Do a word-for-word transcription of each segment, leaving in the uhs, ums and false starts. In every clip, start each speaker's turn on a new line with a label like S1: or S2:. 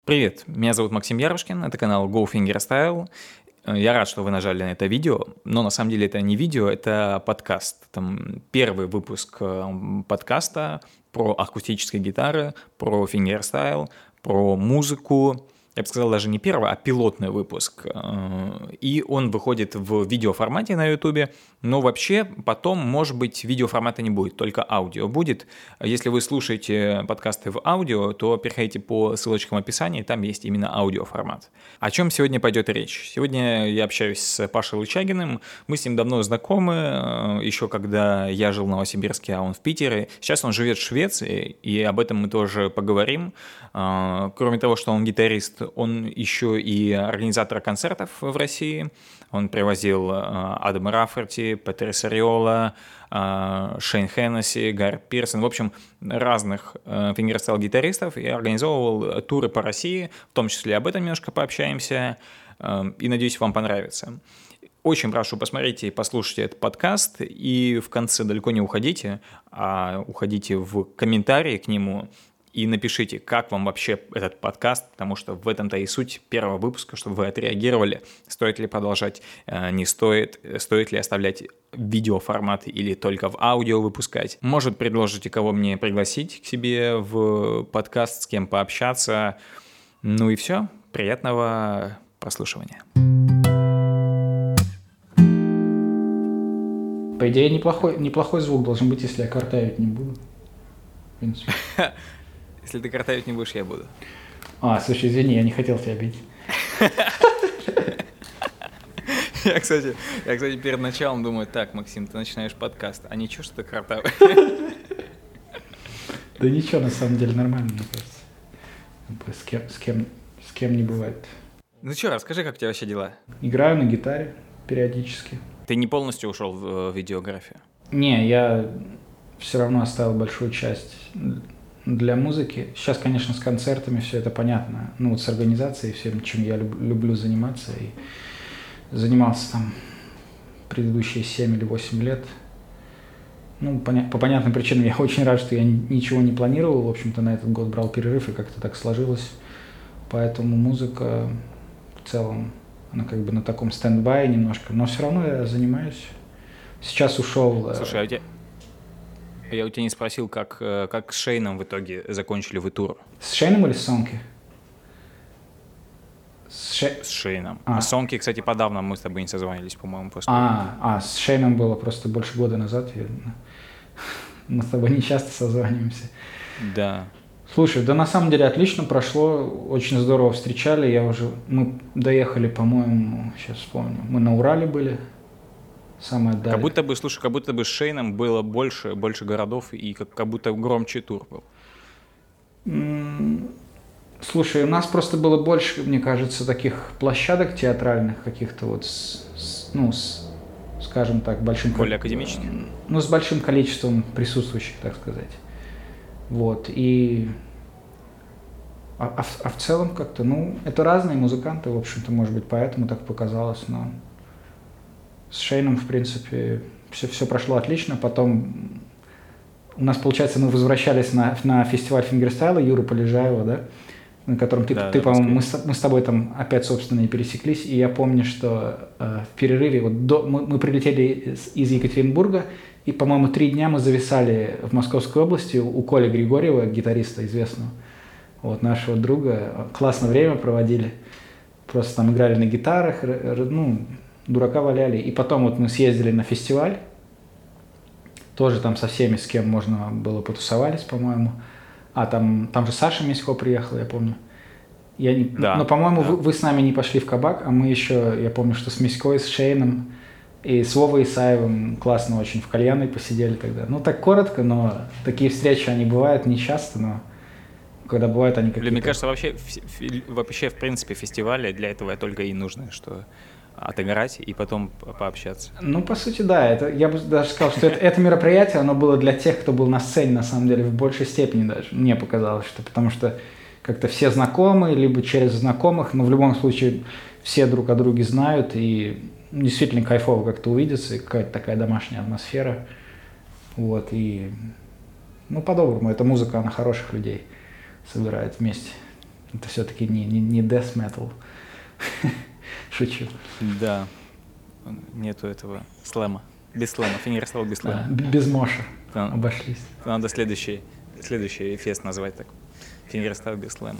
S1: Привет, меня зовут Максим Ярушкин, это канал Go Fingerstyle. Я рад, что вы нажали на это видео, но на самом деле это не видео, это подкаст. Там первый выпуск э, подкаста про акустические гитары, про фингерстайл, про музыку. Я бы сказал, даже не первый, а пилотный выпуск. Э, И он выходит в видеоформате на YouTube, но вообще потом, может быть, видеоформата не будет, только аудио будет. Если вы слушаете подкасты в аудио, то переходите по ссылочкам в описании, там есть именно аудиоформат. О чем сегодня пойдет речь? Сегодня я общаюсь с Пашей Лычагиным, мы с ним давно знакомы, э, еще когда я жил в Новосибирске, а он в Питере. Сейчас он живет в Швеции, и об этом мы тоже поговорим. Э, Кроме того, что он гитарист, он еще и организатор концертов в России. Он привозил э, Адама Рафферти, Патрис Ариола, э, Шейн Хеннесси, Гарри Пирсон, в общем, разных э, фингерстайл-гитаристов, и организовывал туры по России, в том числе об этом немножко пообщаемся, э, и надеюсь, вам понравится. Очень прошу, посмотрите и послушайте этот подкаст, и в конце далеко не уходите, а уходите в комментарии к нему, и напишите, как вам вообще этот подкаст, потому что в этом-то и суть первого выпуска, чтобы вы отреагировали, стоит ли продолжать, не стоит, стоит ли оставлять видеоформат или только в аудио выпускать. Может, предложите, кого мне пригласить к себе в подкаст, с кем пообщаться. Ну и все. Приятного прослушивания.
S2: По идее, неплохой, неплохой звук должен быть, если я картавить не буду. В принципе.
S1: Если ты картавить не будешь, я буду.
S2: А, слушай, извини, я не хотел тебя бить.
S1: Я, кстати, я, кстати, перед началом думаю, так, Максим, ты начинаешь подкаст, а ничего, что ты картавый?
S2: Да ничего, на самом деле, нормально, мне кажется. С кем, с кем, с кем не бывает.
S1: Ну что, расскажи, как у тебя вообще дела?
S2: Играю на гитаре периодически.
S1: Ты не полностью ушел в видеографию?
S2: Не, я все равно оставил большую часть для музыки. Сейчас, конечно, с концертами все это понятно. Ну, вот с организацией, всем, чем я люб, люблю заниматься. И занимался там предыдущие семь или восемь лет. Ну, поня- по понятным причинам я очень рад, что я ничего не планировал. В общем-то, на этот год брал перерыв, и как-то так сложилось. Поэтому музыка в целом, она как бы на таком стендбай немножко. Но все равно я занимаюсь. Сейчас ушел...
S1: Слушай, а у тебя... Я у тебя не спросил, как, как с Шейном в итоге закончили вы тур?
S2: С Шейном или с Сонки?
S1: С, Ше... с Шейном.
S2: А.
S1: а Сонки, кстати, подавно мы с тобой не созвонились, по-моему, после.
S2: А, а, с Шейном было просто больше года назад. Я... Мы с тобой не часто созваниваемся.
S1: Да.
S2: Слушай, да на самом деле отлично прошло, очень здорово встречали. Я уже... Мы доехали, по-моему, сейчас вспомню, мы на Урале были. Самое дальше.
S1: Как будто бы, слушай, как будто бы с Шейном было больше, больше городов, и как, как будто громче тур был.
S2: Слушай, у нас просто было больше, мне кажется, таких площадок театральных, каких-то вот, с, с, ну, с, скажем так, большим...
S1: Более академических?
S2: Ну, с большим количеством присутствующих, так сказать. Вот, и... А, а, а в целом как-то, ну, это разные музыканты, в общем-то, может быть, поэтому так показалось, но... С Шейном, в принципе, все, все прошло отлично. Потом у нас, получается, мы возвращались на, на фестиваль фингерстайла Юры Полежаева, да, на котором ты,
S1: да,
S2: ты
S1: да,
S2: по-моему, мы с, мы с тобой там опять, собственно, и пересеклись. И я помню, что э, в перерыве, вот до, мы, мы прилетели из, из Екатеринбурга, и, по-моему, три дня мы зависали в Московской области у, у Коли Григорьева, гитариста известного, вот, нашего друга. Классное время проводили. Просто там играли на гитарах, ну... дурака валяли. И потом вот мы съездили на фестиваль, тоже там со всеми, с кем можно было, потусовались, по-моему. А, там, там же Саша Мисько приехал, я помню. Я не...
S1: Да,
S2: Но, по-моему,
S1: да.
S2: вы, вы с нами не пошли в кабак, а мы еще, я помню, что с Миськой, с Шейном и с Вовой Исаевым классно очень в кальянной посидели тогда. Ну, так коротко, но такие встречи, они бывают не часто, но когда бывают они какие-то...
S1: Мне кажется, вообще, вообще, в принципе, фестивали для этого только и нужны, что... отыграть и потом пообщаться.
S2: Ну, по сути, да. Это, я бы даже сказал, что это, это мероприятие, оно было для тех, кто был на сцене, на самом деле, в большей степени даже. Мне показалось, что потому что как-то все знакомы, либо через знакомых, но в любом случае все друг о друге знают, и действительно кайфово как-то увидеться, и какая-то такая домашняя атмосфера. Вот, и... Ну, по-доброму, эта музыка, она хороших людей собирает вместе. Это все-таки не, не, не death metal. Шучу.
S1: Да. Нету этого слэма. Без слэма. Фингерстайл без слэма.
S2: Да, без моша. Там, обошлись.
S1: Надо следующий, следующий фест назвать так. Фингерстайл без слэма.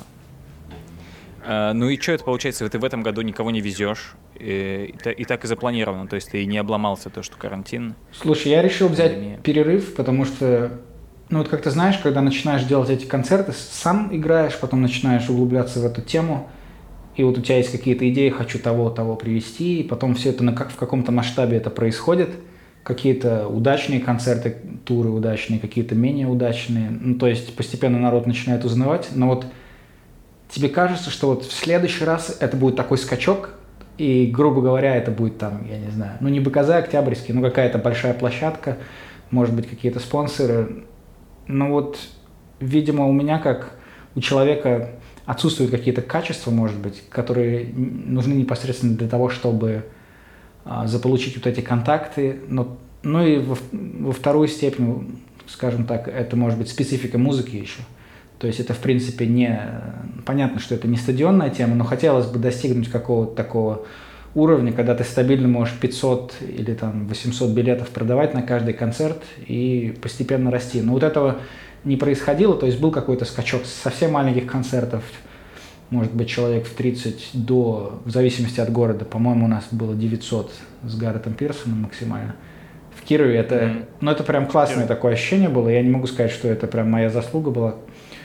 S1: А, ну и что это получается? Ты в этом году никого не везешь. И, и, и так и запланировано. То есть ты не обломался то, что карантин.
S2: Слушай, я решил взять пандемия. перерыв, потому что, ну вот как ты знаешь, когда начинаешь делать эти концерты, сам играешь, потом начинаешь углубляться в эту тему, и вот у тебя есть какие-то идеи, хочу того, того привести, и потом все это на, в каком-то масштабе это происходит, какие-то удачные концерты, туры удачные, какие-то менее удачные, ну то есть постепенно народ начинает узнавать, но вот тебе кажется, что вот в следующий раз это будет такой скачок, и, грубо говоря, это будет там, я не знаю, ну не БКЗ Октябрьский, ну какая-то большая площадка, может быть, какие-то спонсоры. Но вот, видимо, у меня, как у человека, отсутствуют какие-то качества, может быть, которые нужны непосредственно для того, чтобы а, заполучить вот эти контакты. Но, ну и во, во вторую степень, скажем так, это может быть специфика музыки еще. То есть это, в принципе, не... Понятно, что это не стадионная тема, но хотелось бы достигнуть какого-то такого уровня, когда ты стабильно можешь пятьсот или там восемьсот билетов продавать на каждый концерт и постепенно расти. Но вот этого не происходило, то есть был какой-то скачок с совсем маленьких концертов, может быть, человек в тридцать до, в зависимости от города, по-моему, у нас было девятьсот с Гарретом Пирсоном максимально. В Кирове это, mm-hmm. ну это прям классное такое ощущение было, я не могу сказать, что это прям моя заслуга была,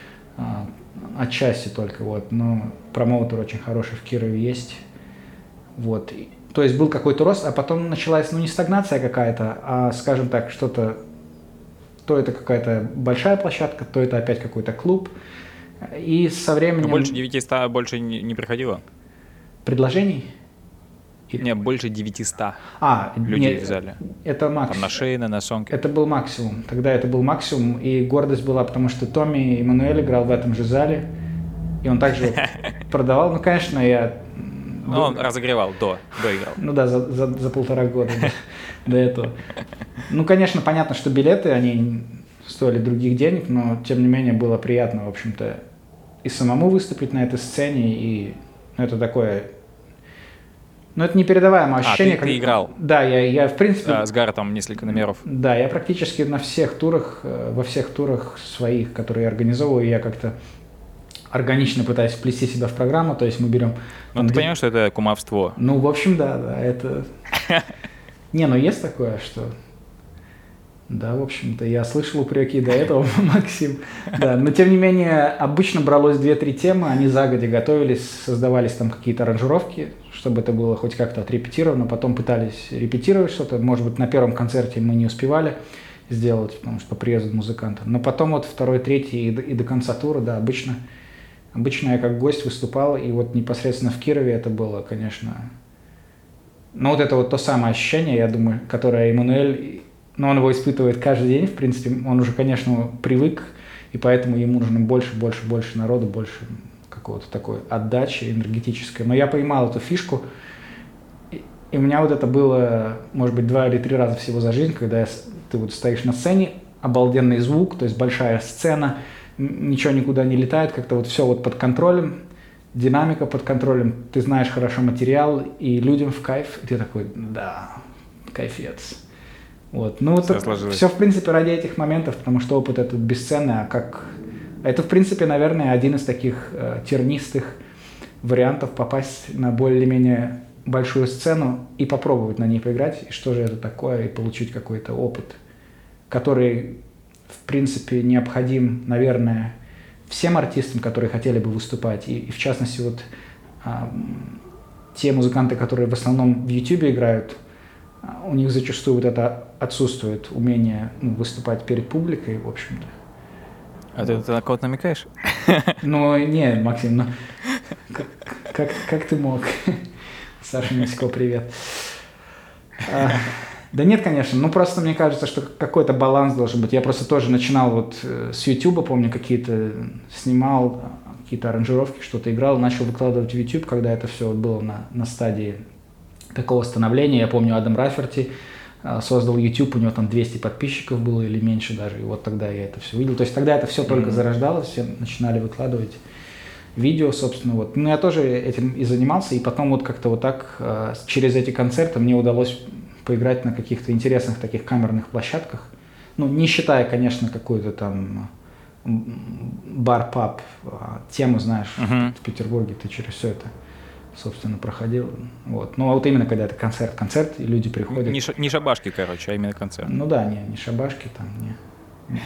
S2: а, отчасти только, вот, но промоутер очень хороший в Кирове есть. Вот. То есть был какой-то рост, а потом началась, ну, не стагнация какая-то, а, скажем так, что-то, то это какая-то большая площадка, то это опять какой-то клуб. И со временем...
S1: А больше девятисот больше не, не приходило?
S2: Предложений?
S1: Не, больше девятисот
S2: а,
S1: людей
S2: нет,
S1: в зале.
S2: Это максимум.
S1: Там на Шейна, на Сонке.
S2: Это был максимум. Тогда это был максимум, и гордость была, потому что Томми Эммануэль играл в этом же зале, и он также продавал. Ну, конечно, я...
S1: Ну, он разогревал, до, доиграл.
S2: Ну да, за, за, за полтора года до этого. Ну, конечно, понятно, что билеты, они стоили других денег, но, тем не менее, было приятно, в общем-то, и самому выступить на этой сцене, и ну, это такое... Ну, это непередаваемое ощущение.
S1: А, ты, ты играл?
S2: Да, я, я в принципе...
S1: А, с Гарретом несколько номеров.
S2: Да, я практически на всех турах, во всех турах своих, которые я организовываю, я как-то органично пытаюсь вплести себя в программу, то есть мы берем...
S1: Ну, ты понимаешь, что это кумовство?
S2: Ну, в общем, да, да, это... Не, ну есть такое, что... Да, в общем-то, я слышал упреки до этого, Максим. Да, но, тем не менее, обычно бралось две-три темы, они загодя готовились, создавались там какие-то аранжировки, чтобы это было хоть как-то отрепетировано, потом пытались репетировать что-то, может быть, на первом концерте мы не успевали сделать, потому что по приезду музыканта, но потом вот второй, третий и до, и до конца тура, да, обычно, обычно я как гость выступал, и вот непосредственно в Кирове это было, конечно, ну вот это вот то самое ощущение, я думаю, которое Эммануэль, ну он его испытывает каждый день, в принципе, он уже, конечно, привык, и поэтому ему нужно больше, больше, больше народу, больше какого-то такой отдачи энергетической. Но я поймал эту фишку, и, и у меня вот это было, может быть, два или три раза всего за жизнь, когда я, ты вот стоишь на сцене, обалденный звук, то есть большая сцена, ничего никуда не летает, как-то вот все вот под контролем, динамика под контролем, ты знаешь хорошо материал, и людям в кайф, и ты такой, да, кайфец. Вот. Ну, все, это, все, в принципе, ради этих моментов, потому что опыт этот бесценный, а как... Это, в принципе, наверное, один из таких э, тернистых вариантов попасть на более-менее большую сцену и попробовать на ней поиграть, и что же это такое, и получить какой-то опыт, который, в принципе, необходим, наверное, всем артистам, которые хотели бы выступать, и, и в частности, вот э, те музыканты, которые в основном в Ютубе играют, у них зачастую вот это отсутствует, умение ну, выступать перед публикой, в общем-то.
S1: А вот. Ты на кого-то намекаешь?
S2: Ну, не, Максим, ну, как, как, как ты мог? Саша Миско, привет. А, да нет, конечно, ну просто мне кажется, что какой-то баланс должен быть. Я просто тоже начинал вот с Ютуба, помню, какие-то снимал, какие-то аранжировки, что-то играл, начал выкладывать в YouTube, когда это все вот было на, на стадии такого становления. Я помню, Адам Раферти создал YouTube, у него там двести подписчиков было или меньше даже, и вот тогда я это все видел. То есть тогда это все mm-hmm. только зарождалось, все начинали выкладывать. видео, собственно, вот. Ну, я тоже этим и занимался, и потом вот как-то вот так э, через эти концерты мне удалось поиграть на каких-то интересных таких камерных площадках. Ну, не считая, конечно, какую-то там бар-паб тему, знаешь, uh-huh. в Петербурге ты через все это, собственно, проходил. Вот. Ну, а вот именно когда это концерт, концерт, и люди приходят.
S1: Не, ш, не шабашки, короче, а именно концерт.
S2: Ну да, не, не шабашки там, не.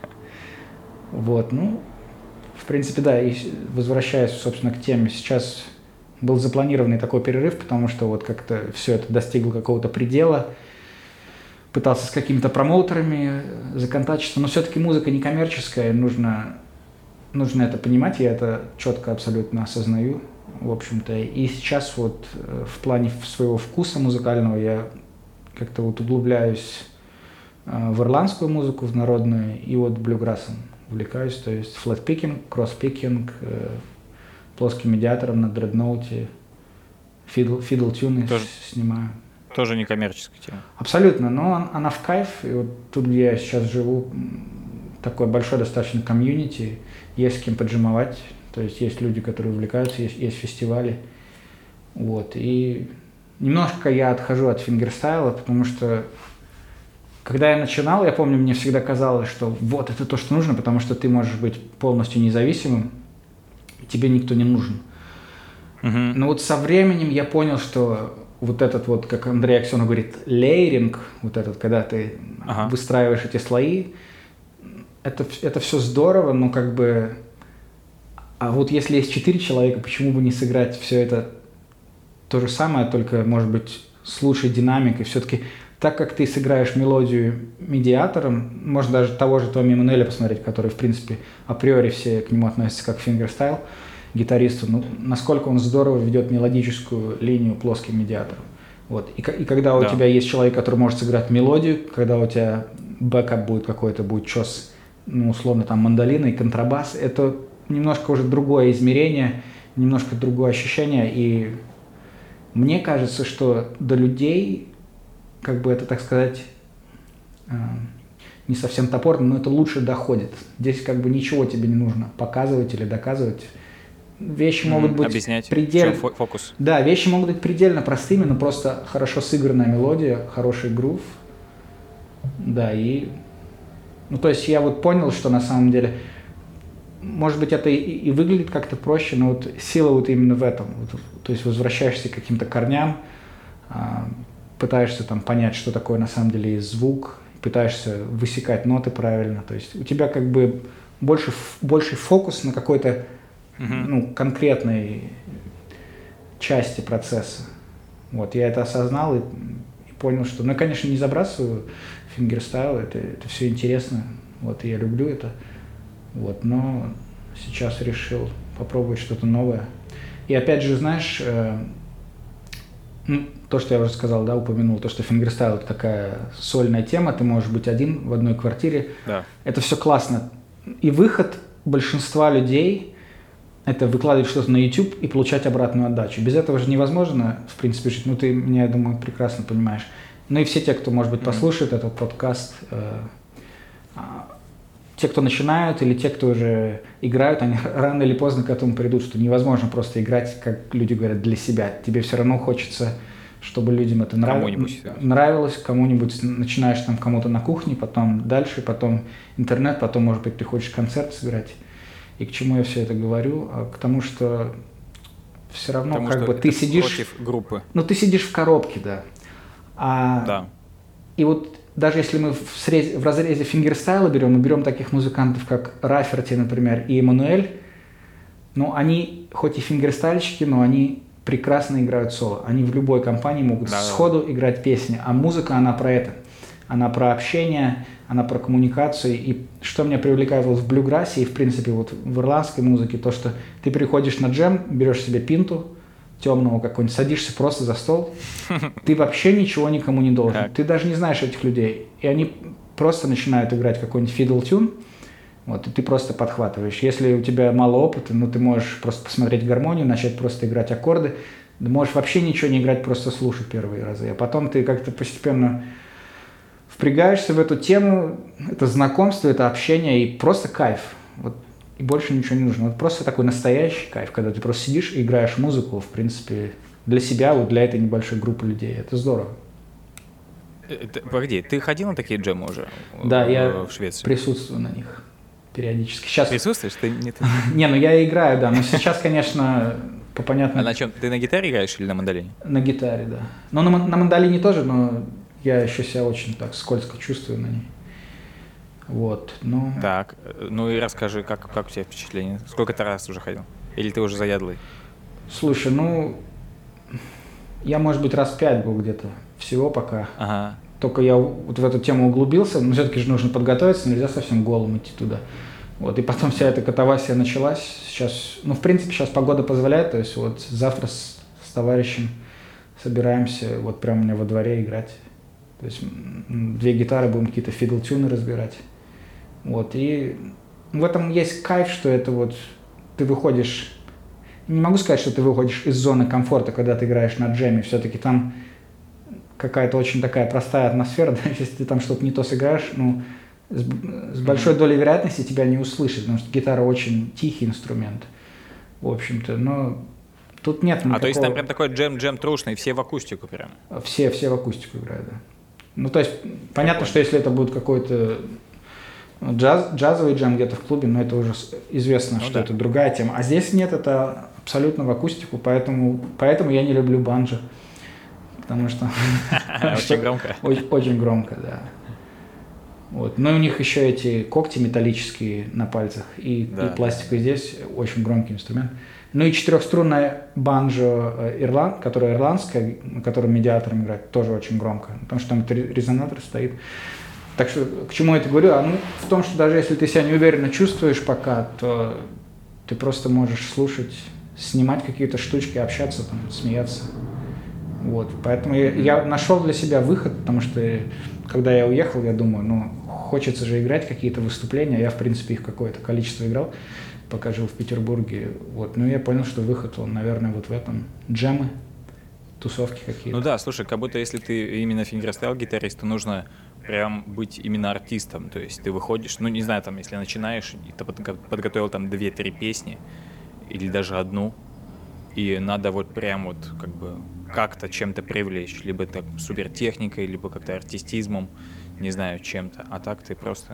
S2: Вот, ну, в принципе, да, и возвращаясь, собственно, к теме, сейчас был запланированный такой перерыв, потому что вот как-то все это достигло какого-то предела, пытался с какими-то промоутерами законтачиться, но все-таки музыка не коммерческая, нужно, нужно это понимать, я это четко абсолютно осознаю, в общем-то, и сейчас вот в плане своего вкуса музыкального я как-то вот углубляюсь в ирландскую музыку, в народную, и вот блюграссом увлекаюсь, то есть флэт-пикинг, кросс-пикинг, плоским медиатором на дредноуте, фидл-тюны снимаю.
S1: Тоже не коммерческая тема.
S2: Абсолютно, но она в кайф, и вот тут, где я сейчас живу, такой большой достаточно комьюнити, есть с кем поджимовать, то есть есть люди, которые увлекаются, есть, есть фестивали, вот, и немножко я отхожу от фингерстайла, потому что когда я начинал, я помню, мне всегда казалось, что вот это то, что нужно, потому что ты можешь быть полностью независимым, и тебе никто не нужен. Uh-huh. Но вот со временем я понял, что вот этот вот, как Андрей Аксенов говорит, лейеринг, вот этот, когда ты uh-huh. выстраиваешь эти слои, это, это все здорово, но как бы... А вот если есть четыре человека, почему бы не сыграть все это то же самое, только, может быть, с лучшей динамикой, все-таки... Так как ты сыграешь мелодию медиатором, можно даже того же Томми Эммануэля посмотреть, который, в принципе, априори все к нему относятся как фингерстайл, гитаристу, ну, насколько он здорово ведет мелодическую линию плоским медиатором. Вот. И, и когда у да. тебя есть человек, который может сыграть мелодию, когда у тебя бэкап будет какой-то, будет чёс, ну, условно, там, мандолина и контрабас, это немножко уже другое измерение, немножко другое ощущение, и мне кажется, что до людей... как бы это, так сказать, не совсем топорно, но это лучше доходит. Здесь как бы ничего тебе не нужно показывать или доказывать. Вещи mm-hmm. могут быть
S1: объяснять,
S2: предельно...
S1: в чем фокус.
S2: Да, вещи могут быть предельно простыми, но просто хорошо сыгранная мелодия, хороший грув. Да, и... Ну, то есть я вот понял, что на самом деле, может быть, это и, и выглядит как-то проще, но вот сила вот именно в этом. Вот, то есть возвращаешься к каким-то корням, пытаешься там понять, что такое на самом деле есть звук, пытаешься высекать ноты правильно, то есть у тебя как бы больше, больше фокус на какой-то uh-huh. ну, конкретной части процесса. Вот, я это осознал и, и понял, что, ну, я, конечно, не забрасываю фингерстайл, это, это все интересно, вот, и я люблю это, вот, но сейчас решил попробовать что-то новое. И опять же, знаешь, э, ну, то, что я уже сказал, да, упомянул, то, что фингерстайл – это такая сольная тема, ты можешь быть один в одной квартире.
S1: Да.
S2: Это все классно. И выход большинства людей – это выкладывать что-то на YouTube и получать обратную отдачу. Без этого же невозможно, в принципе, жить. Ну, ты меня, я думаю, прекрасно понимаешь. Ну и все те, кто, может быть, послушает mm-hmm. этот подкаст, э, э, те, кто начинают, или те, кто уже играют, они рано или поздно к этому придут, что невозможно просто играть, как люди говорят, для себя. Тебе все равно хочется, чтобы людям это нрав...
S1: кому-нибудь, да.
S2: нравилось, кому-нибудь начинаешь там кому-то на кухне, потом дальше, потом интернет, потом, может быть, ты хочешь концерт сыграть. И к чему я все это говорю? А к тому, что все равно
S1: Потому
S2: как бы ты сидишь...
S1: против группы.
S2: Ну, ты сидишь в коробке, да. А...
S1: Да.
S2: И вот даже если мы в, срезе, в разрезе фингерстайла берем, мы берем таких музыкантов, как Раферти, например, и Эммануэль, ну, они хоть и фингерстайльщики, но они прекрасно играют соло. Они в любой компании могут да, сходу да. играть песни. А музыка, она про это. Она про общение, она про коммуникацию. И что меня привлекает вот в блюграссе и, в принципе, вот в ирландской музыке, то, что ты приходишь на джем, берешь себе пинту темного какой-нибудь, садишься просто за стол, ты вообще ничего никому не должен. Так. Ты даже не знаешь этих людей. И они просто начинают играть какой-нибудь фидл-тюн, вот, и ты просто подхватываешь. Если у тебя мало опыта, ну, ты можешь просто посмотреть гармонию, начать просто играть аккорды. Ты можешь вообще ничего не играть, просто слушать первые разы. А потом ты как-то постепенно впрягаешься в эту тему, это знакомство, это общение и просто кайф. Вот. и больше ничего не нужно. Вот просто такой настоящий кайф, когда ты просто сидишь и играешь музыку, в принципе, для себя, вот для этой небольшой группы людей. Это здорово.
S1: Это, погоди, ты ходил на такие джемы уже
S2: Да,
S1: в,
S2: я
S1: в Швеции?
S2: Присутствую на них периодически. Сейчас...
S1: Присутствуешь? Ты, не, ты...
S2: не, ну я играю, да, но сейчас, конечно, по понятным...
S1: А на чем? Ты на гитаре играешь или на мандолине?
S2: На гитаре, да. Но на, на мандолине тоже, но я еще себя очень так скользко чувствую на ней. Вот, ну...
S1: Так, ну и расскажи, как, как у тебя впечатление? Сколько ты раз уже ходил? Или ты уже заядлый?
S2: Слушай, ну... Я, может быть, раз пять был где-то всего пока.
S1: Ага.
S2: Только я вот в эту тему углубился, но все-таки же нужно подготовиться, нельзя совсем голым идти туда. Вот, и потом вся эта катавасия началась. Сейчас, ну, в принципе, сейчас погода позволяет, то есть вот завтра с, с товарищем собираемся вот прямо у меня во дворе играть. То есть две гитары, будем какие-то фидл-тюны разбирать. Вот, и в этом есть кайф, что это вот ты выходишь... Не могу сказать, что ты выходишь из зоны комфорта, когда ты играешь на джеме. Все-таки там какая-то очень такая простая атмосфера. Да? Если ты там что-то не то сыграешь, ну, с, с большой долей вероятности тебя не услышат, потому что гитара очень тихий инструмент, в общем-то. Но тут нет никакого...
S1: А то есть там прям такой джем-джем трушный, все в акустику прям?
S2: Все, все в акустику играют, да. Ну, то есть, понятно, что если это будет какой-то джаз, джазовый джем где-то в клубе, но это уже известно, ну, что да. Это другая тема. А здесь нет, это абсолютно в акустику, поэтому, поэтому я не люблю банджо. Потому что...
S1: Очень громко.
S2: Очень громко, да. Вот. Но у них еще эти когти металлические на пальцах и, да, и пластиковый здесь очень громкий инструмент. Ну и четырехструнная банджо ирланд, которая ирландская, на которой медиатором играет, тоже очень громко, потому что там резонатор стоит. Так что к чему я это говорю? А ну, в том, что даже если ты себя неуверенно чувствуешь пока, то ты просто можешь слушать, снимать какие-то штучки, общаться, там, смеяться. Вот. Поэтому я, я нашел для себя выход, потому что когда я уехал, я думаю, ну, хочется же играть какие-то выступления. Я, в принципе, их какое-то количество играл, пока жил в Петербурге. Вот. Ну, я понял, что выход, он, наверное, вот в этом. Джемы, тусовки какие-то.
S1: Ну да, слушай, как будто если ты именно фингерстайл-гитарист, то нужно прям быть именно артистом. То есть ты выходишь, ну, не знаю, там, если начинаешь, и ты подготовил там две-три песни, или даже одну, и надо вот прям вот как бы как-то чем-то привлечь, либо так супертехникой, либо как-то артистизмом, не знаю, чем-то. А так ты просто...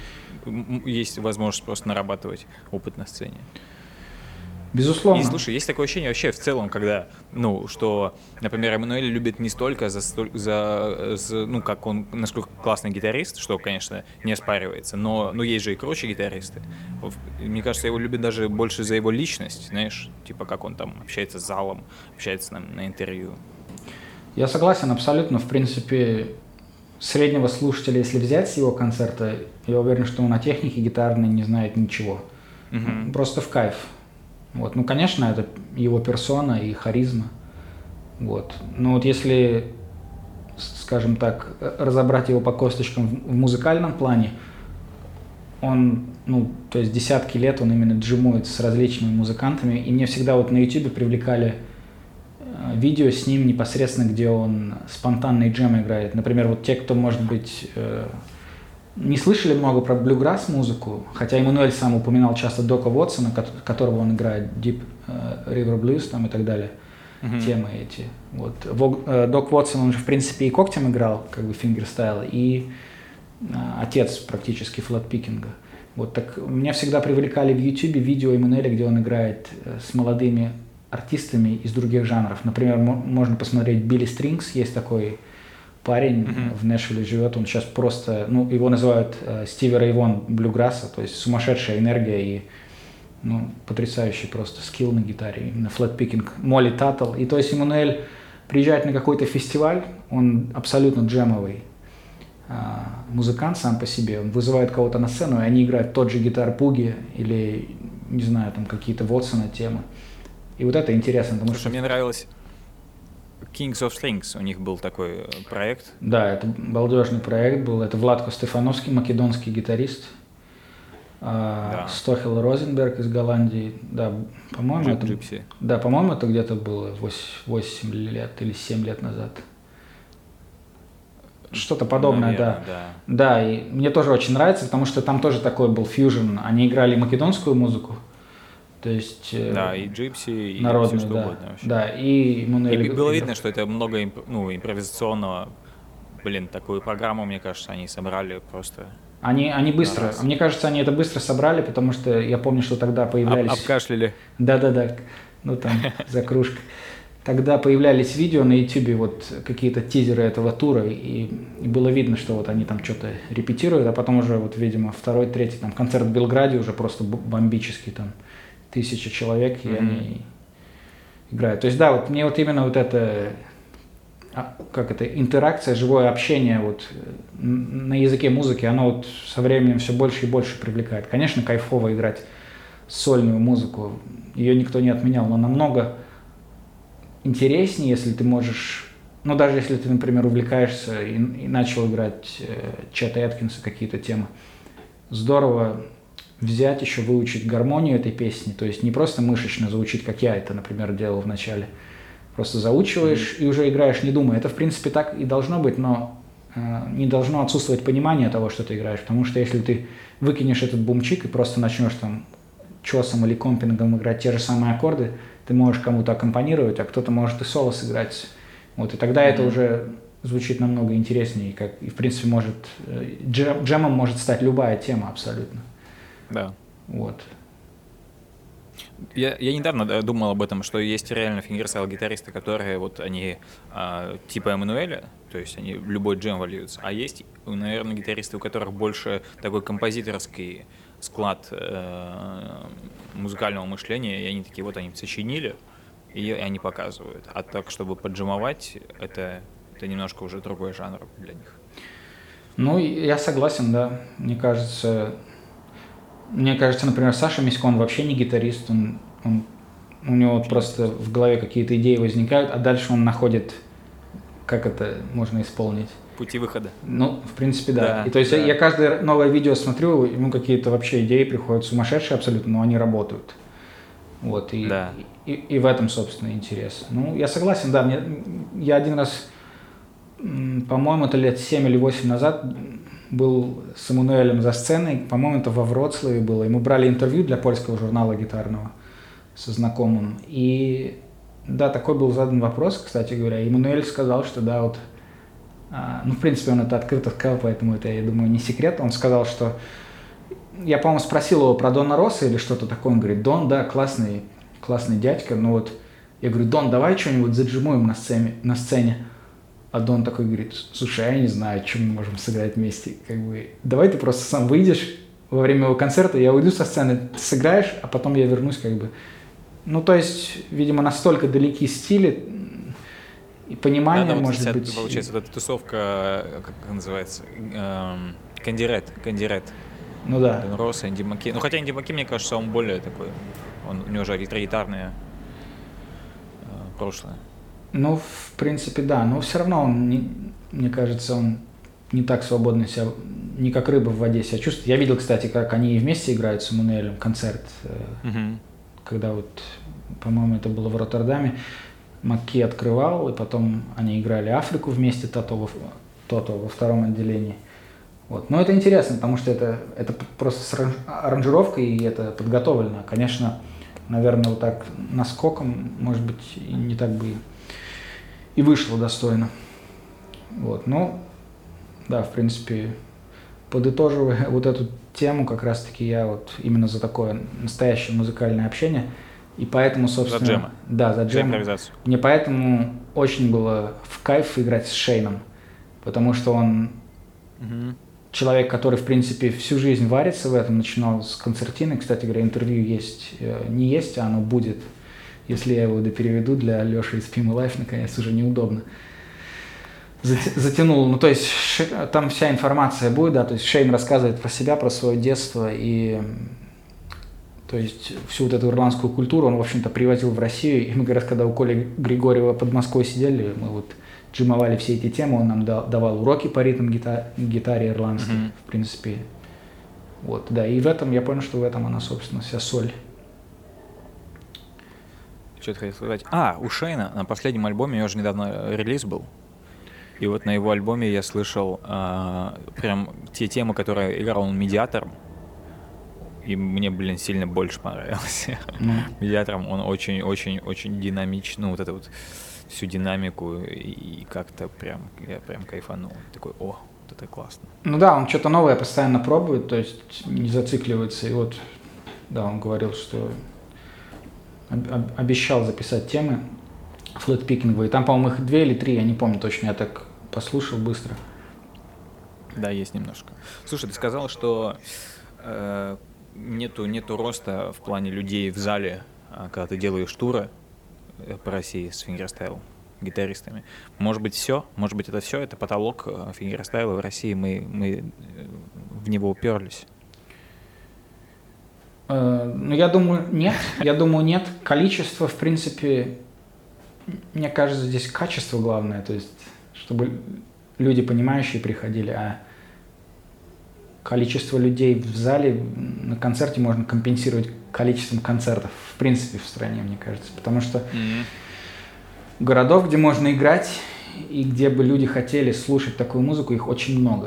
S1: Есть возможность просто нарабатывать опыт на сцене.
S2: Безусловно.
S1: И слушай, есть такое ощущение вообще в целом, когда, ну, что, например, Эммануэль любит не столько за, за, за, ну, как он, насколько классный гитарист, что, конечно, не оспаривается, но, но есть же и круче гитаристы. Мне кажется, его любят даже больше за его личность, знаешь, типа как он там общается с залом, общается на, на интервью.
S2: Я согласен абсолютно. В принципе, среднего слушателя, если взять с его концерта, я уверен, что он о технике гитарной не знает ничего. Mm-hmm. Просто в кайф. Вот. Ну, конечно, это его персона и харизма. Вот. Но вот если, скажем так, разобрать его по косточкам в музыкальном плане, он, ну, то есть десятки лет он именно джимует с различными музыкантами, и мне всегда вот на ютубе привлекали видео с ним непосредственно, где он спонтанный джем играет. Например, вот те, кто, может быть, не слышали много про блюграсс музыку, хотя Эммануэль сам упоминал часто Дока Уотсона, которого он играет, Deep River Blues там и так далее, mm-hmm. темы эти. Вот. Док Уотсон, он же в принципе и когтем играл, как бы фингерстайл, и а, отец практически флатпикинга. Вот так меня всегда привлекали в Ютубе видео Эммануэля, где он играет с молодыми артистами из других жанров. Например, можно посмотреть Билли Стрингс, есть такой парень mm-hmm. в Нэшвилле живет, он сейчас просто, ну, его называют э, Стиви Рэй Вон блюграсса, то есть сумасшедшая энергия и, ну, потрясающий просто скилл на гитаре, именно флэт-пикинг, Молли Таттл. И то есть Эммануэль приезжает на какой-то фестиваль, он абсолютно джемовый э, музыкант сам по себе, он вызывает кого-то на сцену, и они играют тот же гитар-пуги или, не знаю, там какие-то Вотсона темы. И вот это интересно, потому
S1: Слушай,
S2: что...
S1: мне нравилось... Kings of Strings, у них был такой проект.
S2: Да, это балдежный проект был. Это Владко Стефановский, македонский гитарист. Да. Стохел Розенберг из Голландии. Да, по-моему,
S1: Джип,
S2: это,
S1: Джипси.
S2: да, по-моему, это где-то было восемь лет или семь лет назад. что-то подобное,
S1: Наверное,
S2: да.
S1: да.
S2: Да, и мне тоже очень нравится, потому что там тоже такой был фьюжн. Они играли македонскую музыку, то есть э,
S1: Да, и джипси, и все
S2: народную,
S1: что
S2: да.
S1: угодно вообще.
S2: Да, и
S1: И
S2: Эммануэль
S1: было
S2: играл.
S1: видно, что это много имп- ну, импровизационного. Блин, такую программу, мне кажется, они собрали просто
S2: Они, они
S1: на
S2: быстро,
S1: раз.
S2: мне кажется, они это быстро собрали, потому что я помню, что тогда
S1: Об-
S2: появлялись...
S1: обкашляли.
S2: Да-да-да, ну там, за кружкой. Тогда появлялись видео на YouTube, вот какие-то тизеры этого тура, и, и было видно, что вот они там что-то репетируют, а потом уже вот, видимо, второй, третий, там, концерт в Белграде уже просто б- бомбический, там, тысяча человек, и
S1: Мгм.
S2: они играют. То есть, да, вот мне вот именно вот это, а, как это, интеракция, живое общение вот э, н- на языке музыки, оно вот со временем все больше и больше привлекает. Конечно, кайфово играть сольную музыку, ее никто не отменял, но намного интереснее, если ты можешь, ну даже если ты, например, увлекаешься и, и начал играть э, Чета Эткинса какие-то темы, здорово взять еще выучить гармонию этой песни, то есть не просто мышечно заучить, как я это, например, делал в начале, просто заучиваешь и уже играешь, не думая. Это, в принципе, так и должно быть, но э, не должно отсутствовать понимание того, что ты играешь, потому что если ты выкинешь этот бумчик и просто начнешь там чосом или компингом играть те же самые аккорды, ты можешь кому-то аккомпанировать, а кто-то может и соло сыграть. Вот, и тогда это
S1: Мгм.
S2: уже звучит намного интереснее, как, и, в принципе, может, э, джем- джемом может стать любая тема абсолютно.
S1: Да.
S2: Вот.
S1: Я, я недавно да, думал об этом, что есть реально фингерстайл-гитаристы, которые вот они а, типа Эммануэля, то есть они в любой джем вольются, а есть, наверное, гитаристы, у которых больше такой композиторский склад э, музыкального мышления, и они такие вот они сочинили, и они показывают. А так, чтобы поджимовать, это, это немножко уже другой жанр для них.
S2: Ну, и я согласен, да. Мне кажется, мне кажется, например, Саша Мисько, он вообще не гитарист, он, он- у него
S1: Вообще не
S2: просто
S1: гитарист.
S2: в голове какие-то идеи возникают, а дальше он находит, как это можно исполнить.
S1: Пути выхода.
S2: Ну, в принципе, да.
S1: Да,
S2: И то есть я,
S1: да.
S2: я каждое новое видео смотрю, ему какие-то вообще идеи приходят сумасшедшие абсолютно, но они работают. Вот, и,
S1: Да.
S2: и, и в этом, собственно, интерес. Ну, я согласен, да, мне, я один раз, м, по-моему, это лет семь или восемь назад был с Эммануэлем за сценой, по-моему, это во Вроцлаве было, и мы брали интервью для польского журнала гитарного со знакомым, и да, такой был задан вопрос, кстати говоря, и Эммануэль сказал, что да, вот, а, ну, в принципе, он это открыто сказал, поэтому это, я думаю, не секрет, он сказал, что я, по-моему, спросил его про Дона Росса или что-то такое. Он говорит, Дон, да, классный, классный дядька, но вот я говорю, Дон, давай что-нибудь заджимуем на сцене, на сцене. А Дон такой говорит, слушай, я не знаю, что мы можем сыграть вместе. Как бы, давай ты просто сам выйдешь во время его концерта, я уйду со сцены, ты сыграешь, а потом я вернусь, как бы. Ну, то есть, видимо, настолько далеки стили и понимание,
S1: Да, да, вот
S2: может
S1: вся,
S2: быть.
S1: получается, вот эта тусовка, как она называется, эм, Кандирет, Кандирет.
S2: Ну да.
S1: Дон Росс, Энди Маки. Ну, хотя Энди Маки, мне кажется, он более такой, он, у него же электрогитарное э, прошлое.
S2: Ну, в принципе, да, но все равно он, не, мне кажется, он не так свободно себя, не как рыба в воде себя чувствует. Я видел, кстати, как они вместе играют с Эммануэлем концерт, э,
S1: Мгм.
S2: когда вот, по-моему, это было в Роттердаме, Макки открывал, и потом они играли Африку вместе, Тото во, Тото во втором отделении. Вот. Но это интересно, потому что это, это просто с аран- аранжировкой, и это подготовлено. Конечно, наверное, вот так наскоком, может быть, и не так бы и вышло достойно. Вот. Ну, да, в принципе, подытоживая вот эту тему, как раз-таки я вот именно за такое настоящее музыкальное общение. И поэтому, собственно...
S1: джема.
S2: Да, за
S1: За
S2: джем.
S1: импровизацию.
S2: Мне поэтому очень было в кайф играть с Шейном, потому что он
S1: Мгм.
S2: человек, который, в принципе, всю жизнь варится в этом, начинал с концертины. Кстати говоря, интервью есть, э, не есть, а оно будет. Если я его допереведу для Леши из Pima Life, наконец, уже неудобно. Зати- Затянул. Ну, то есть, Ше- там вся информация будет, да, то есть Шейн рассказывает про себя, про свое детство и, м, то есть, всю вот эту ирландскую культуру он, в общем-то, привозил в Россию. И мы, как раз, когда у Коли Григорьева под Москвой сидели, мы вот джимовали все эти темы, он нам да- давал уроки по ритм-гитаре ирландской,
S1: Мгм.
S2: в принципе. Вот, да, и в этом, я понял, что в этом она, собственно, вся соль.
S1: Что-то хотел сказать. А, у Шейна на последнем альбоме, у него же недавно э, релиз был. И вот на его альбоме я слышал а, прям те темы, которые играл он медиатором. И мне, блин, сильно больше понравилось.
S2: Ну.
S1: Медиатором он очень-очень-очень динамичный, ну, вот эту вот всю динамику, и как-то прям, я прям кайфанул. Такой, о, вот это классно.
S2: Ну да, он что-то новое постоянно пробует, то есть не зацикливается. И вот, да, он говорил, что об- обещал записать темы флэт-пикинговые. Там, по-моему, их две или три, я не помню точно, я так послушал быстро.
S1: Да, есть немножко. Слушай, ты сказал, что э, нету, нету роста в плане людей в зале, когда ты делаешь туры по России с фингерстайл гитаристами. Может быть, все? Может быть, это все? Это потолок фингерстайла в России? Мы, мы в него уперлись?
S2: Э, ну, я думаю, нет. Я думаю, нет. Количество, в принципе, мне кажется, здесь качество главное. То есть, чтобы люди, понимающие, приходили, а количество людей в зале на концерте можно компенсировать количеством концертов, в принципе, в стране, мне кажется. Потому что
S1: Mm-hmm.
S2: городов, где можно играть, и где бы люди хотели слушать такую музыку, их очень много.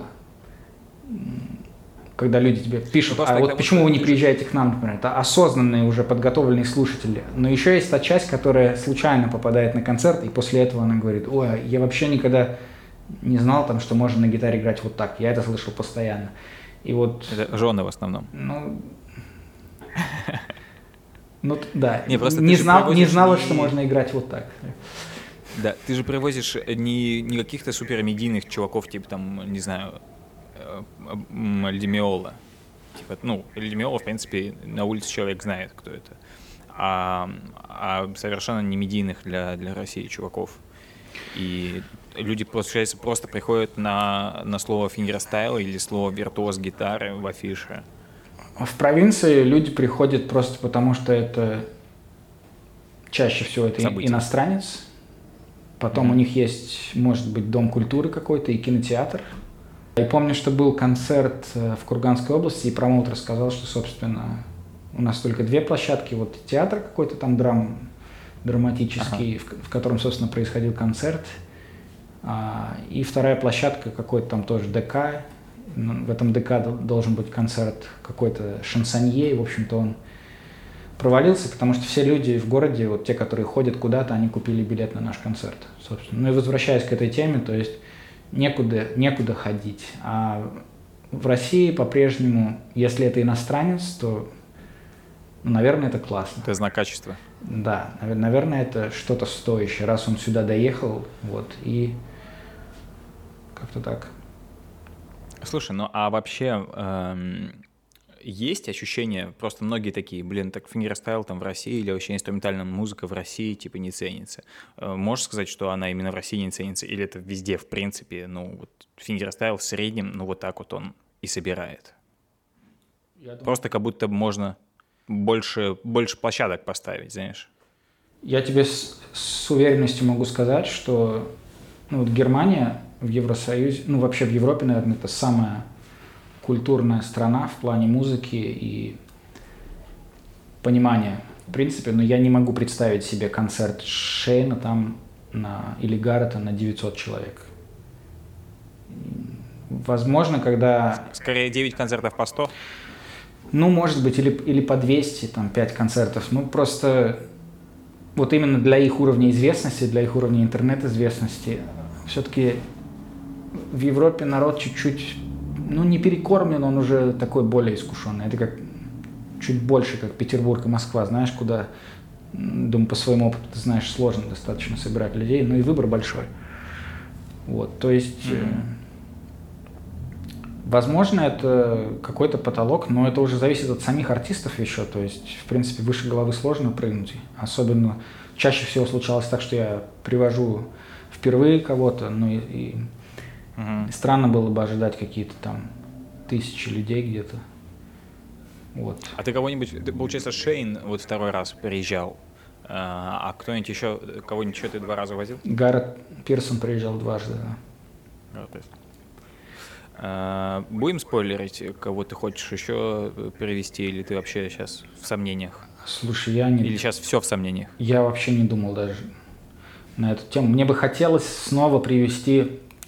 S2: Когда люди тебе пишут,
S1: Ну,
S2: а вот почему вы не
S1: пишут.
S2: приезжаете к нам, например, это осознанные уже подготовленные слушатели. Но еще есть та часть, которая случайно попадает на концерт, и после этого она говорит, ой, я вообще никогда не знал, там, что можно на гитаре играть вот так, я это слышал постоянно. И вот...
S1: Это жены в основном.
S2: Ну, ну да,
S1: не, просто
S2: не, знал, не знала,
S1: не...
S2: что можно играть вот так.
S1: Да, ты же привозишь не, не каких-то супермедийных чуваков, типа там, не знаю, Эльдимиола. Типа, ну, Эльдимиола, в принципе, на улице человек знает, кто это. А, а совершенно не медийных для, для России чуваков. И люди, получается, просто приходят на, на слово фингерстайл или слово виртуоз гитары в афише.
S2: В провинции люди приходят просто потому, что это чаще всего это
S1: Событие.
S2: Иностранец. Потом mm-hmm. у них есть, может быть, дом культуры какой-то и кинотеатр. Я помню, что был концерт в Курганской области, и промоутер сказал, что, собственно, у нас только две площадки. Вот театр какой-то там драм, драматический, ага. в, в котором, собственно, происходил концерт. А, и вторая площадка какой-то там тоже ДК. В этом ДК должен быть концерт какой-то шансонье, и, в общем-то, он провалился, потому что все люди в городе, вот те, которые ходят куда-то, они купили билет на наш концерт, собственно. Ну и возвращаясь к этой теме, то есть некуда, некуда ходить. А в России по-прежнему, если это иностранец, то, ну, наверное, это классно.
S1: Это знак качества.
S2: Да, наверное, это что-то стоящее, раз он сюда доехал, вот, и как-то так.
S1: Слушай, ну а вообще эм, есть ощущение, просто многие такие, блин, так фингерстайл там в России или вообще инструментальная музыка в России типа не ценится. Э, можешь сказать, что она именно в России не ценится, или это везде в принципе, ну вот фингерстайл в среднем, ну вот так вот он и собирает? Я думаю... Просто как будто можно больше, больше площадок поставить, знаешь?
S2: Я тебе с, с уверенностью могу сказать, что ну, вот Германия в Евросоюзе, ну вообще в Европе, наверное, это самая культурная страна в плане музыки и понимания. В принципе, но я не могу представить себе концерт Шейна там на, или Гаррета на девятьсот человек. Возможно, когда...
S1: Скорее девять концертов по сто?
S2: Ну, может быть, или, или по двести, там, пять концертов. Ну, просто вот именно для их уровня известности, для их уровня интернет-известности, все-таки в Европе народ чуть-чуть, ну, не перекормлен, он уже такой более искушенный. Это как чуть больше, как Петербург и Москва, знаешь, куда, думаю, по своему опыту, ты знаешь, сложно достаточно собирать людей, но и выбор большой. Вот, то есть... Mm-hmm. Возможно, это какой-то потолок, но это уже зависит от самих артистов еще. То есть, в принципе, выше головы сложно прыгнуть. Особенно чаще всего случалось так, что я привожу впервые кого-то, ну и, и uh-huh. странно было бы ожидать какие-то там тысячи людей где-то. Вот.
S1: А ты кого-нибудь, получается, Шейн вот второй раз приезжал, а кто-нибудь еще, кого-нибудь еще ты два раза возил?
S2: Гаррет Пирсон приезжал дважды, да.
S1: Okay. Uh, будем спойлерить, кого ты хочешь еще перевести, или ты вообще сейчас в сомнениях?
S2: Слушай, я не...
S1: Или сейчас все в сомнениях?
S2: Я вообще не думал даже на эту тему. Мне бы хотелось снова привести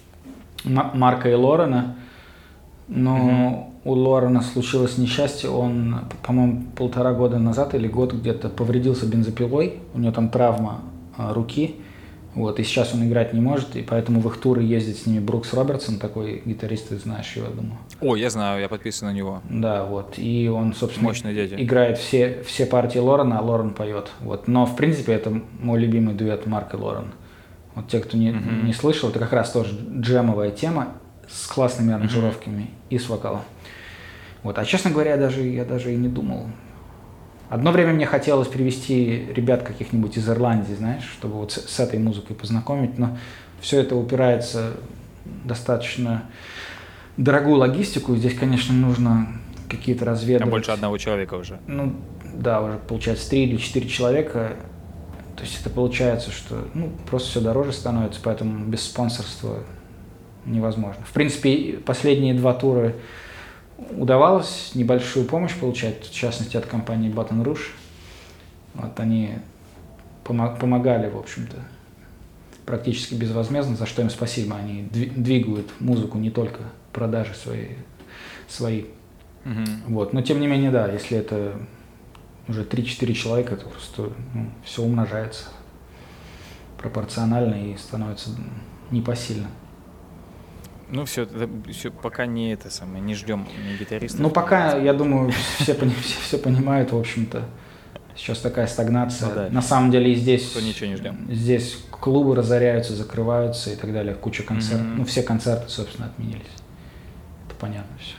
S2: М- Марка и Лорена, но
S1: Мгм.
S2: у Лорена случилось несчастье, он, по-моему, полтора года назад или год где-то повредился бензопилой, у него там травма а, руки, вот, и сейчас он играть не может, и поэтому в их туры ездит с ними Брукс Робертсон, такой гитарист, ты знаешь его, я думаю.
S1: О, я знаю, я подписан на него.
S2: Да, вот, и он, собственно,
S1: Мощный дядя.
S2: играет все, все партии Лорена, а Лорен поет, вот, но, в принципе, это мой любимый дуэт Марк и Лорен. Вот те, кто не,
S1: Мгм.
S2: не слышал, это как раз тоже джемовая тема с классными аранжировками и с вокалом. Вот. А честно говоря, я даже, я даже и не думал. Одно время мне хотелось привести ребят каких-нибудь из Ирландии, знаешь, чтобы вот с, с этой музыкой познакомить, но все это упирается в достаточно дорогую логистику. Здесь, конечно, нужно какие-то
S1: Там
S2: разведывать.
S1: больше одного человека уже.
S2: Ну, да, уже получается три или четыре человека. То есть это получается, что ну, просто все дороже становится, поэтому без спонсорства невозможно. В принципе, последние два тура удавалось небольшую помощь получать, в частности, от компании Baton Rouge. Вот они помо- помогали, в общем-то, практически безвозмездно, за что им спасибо. Они дви- двигают музыку, не только продажи свои. свои.
S1: Мгм.
S2: Вот. Но тем не менее, да, если это уже три-четыре человека, то просто ну, все умножается пропорционально и становится непосильно.
S1: Ну, все, все, пока не это самое, не ждем ни гитаристов.
S2: Ну,
S1: ни-
S2: пока, я думаю, все, пони- все, все понимают, в общем-то. Сейчас такая стагнация.
S1: Ну да.
S2: На самом деле и здесь,
S1: То ничего не ждем.
S2: здесь клубы разоряются, закрываются и так далее. Куча концертов.
S1: Мгм.
S2: Ну, все концерты, собственно, отменились. Это понятно все.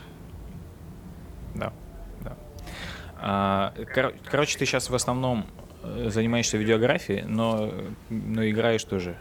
S1: Да, да. А, кор- короче, ты сейчас в основном э, занимаешься видеографией, но, но играешь тоже.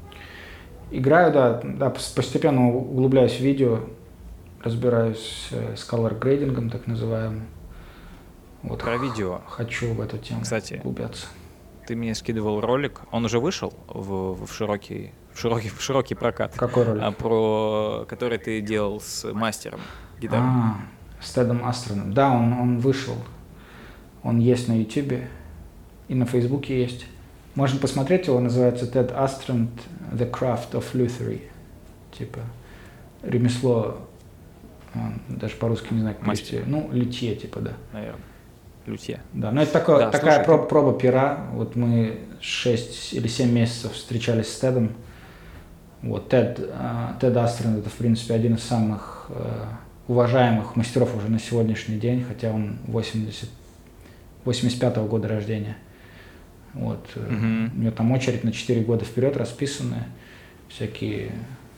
S2: Играю, да, да, пос- постепенно углубляюсь в видео, разбираюсь э, с color грейдингом, так называемым. Вот
S1: Про видео.
S2: хочу в эту тему
S1: Кстати.
S2: углубляться.
S1: Ты мне скидывал ролик, он уже вышел в, в широкий, в широкий, в широкий прокат,
S2: Какой ролик?
S1: а, про который ты делал с мастером гитары.
S2: А, с Тедом Астроном. Да, он, он вышел. Он есть на Ютубе и на Фейсбуке есть. Можно посмотреть его, называется Ted Astrand The Craft of Luthery. Типа ремесло, а, даже по-русски не знаю, как
S1: Мастер.
S2: перевести. Ну, литье, типа, да.
S1: Наверное. Лютье.
S2: Да, но это такое,
S1: Да,
S2: такая
S1: слушай,
S2: проб- проба пера. Вот мы шесть или семь месяцев встречались с Тедом. Вот Тед, а, Тед Астранд это, в принципе, один из самых э, уважаемых мастеров уже на сегодняшний день, хотя он восемьдесят, восемьдесят пятого года рождения. Вот. э,
S1: Мгм.
S2: У него там очередь на четыре года вперед расписанная. Всякие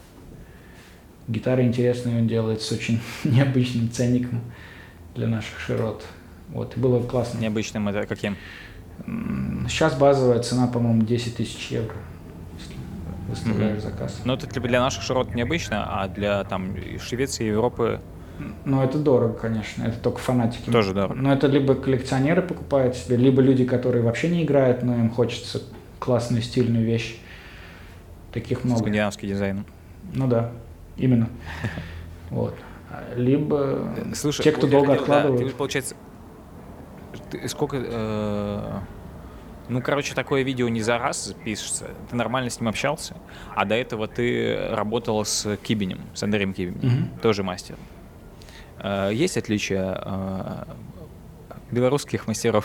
S2: гитары интересные он делает с очень необычным ценником для наших широт. Вот, и было классно.
S1: Необычным это каким?
S2: М, Сейчас базовая цена, по-моему, десять тысяч евро, если выставляешь
S1: Мгм.
S2: заказ.
S1: Ну, это для наших широт необычно, а для там Швеции, Европы
S2: Но это дорого, конечно, это только фанатики.
S1: тоже дорого.
S2: Но это либо коллекционеры покупают себе, либо люди, которые вообще не играют, но им хочется классную стильную вещь. Таких много.
S1: Скандинавский дизайн.
S2: Ну да, именно. Вот. А Либо
S1: Слушай,
S2: те, кто
S1: вот я
S2: долго
S1: хотел, да,
S2: откладывают.
S1: ты, получается, ты сколько... э, ну, короче, такое видео не за раз запишется. Ты нормально с ним общался, а до этого ты работал с Кибинем, с Андреем Кибинем,
S2: Мгм.
S1: тоже мастер. Э, есть отличия э, белорусских мастеров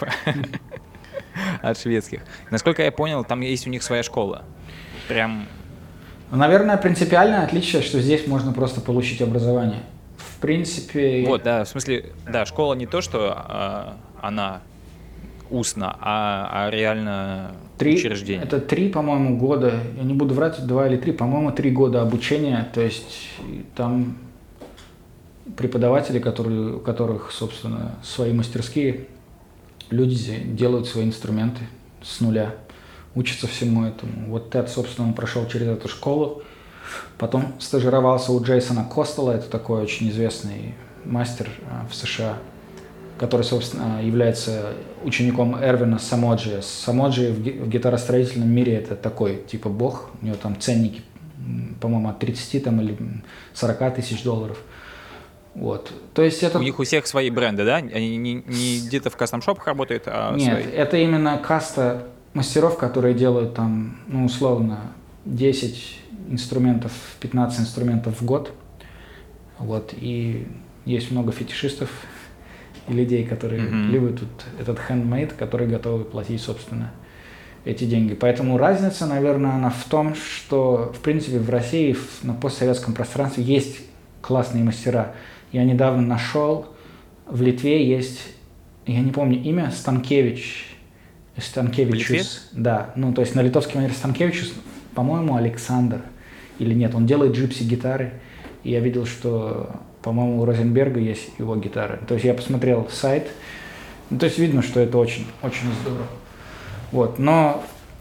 S1: от шведских? Насколько я понял, там есть у них своя школа. Прям...
S2: Наверное, принципиальное отличие, что здесь можно просто получить образование. В принципе...
S1: Вот, да, в смысле, да, школа не то, что а, она устно, а, а реально
S2: Три,
S1: учреждение.
S2: это три, по-моему, года, я не буду врать, два или три, по-моему, три года обучения, то есть и там преподаватели, которые, у которых, собственно, свои мастерские, люди делают свои инструменты с нуля, учатся всему этому. Вот Тед, собственно, он прошел через эту школу, потом стажировался у Джейсона Костелла, это такой очень известный мастер а, в США, который, собственно, является учеником Эрвина Самоджи. Самоджи в, ги- в гитаростроительном мире это такой, типа, бог. У него там ценники, м, по-моему, от тридцати там, или сорока тысяч долларов. Вот. То есть это...
S1: У них у всех свои бренды, да? Они не, не где-то в кастом-шопах работают, а
S2: Нет,
S1: свои.
S2: это именно каста мастеров, которые делают там, ну, условно, десять инструментов, пятнадцать инструментов в год. Вот, и есть много фетишистов и людей, которые mm-hmm. любят вот этот handmade, которые готовы платить, собственно, эти деньги. Поэтому разница, наверное, она в том, что, в принципе, в России, в, на постсоветском пространстве есть классные мастера. Я недавно нашел, в Литве есть, я не помню имя, Станкевич. Станкевичус. Да, ну, то есть на литовский манер Станкевичус, по-моему, Александр. Или нет, он делает джипси-гитары. И я видел, что, по-моему, у Розенберга есть его гитары. То есть я посмотрел сайт. Ну, то есть видно, что это очень, очень здорово. Вот, но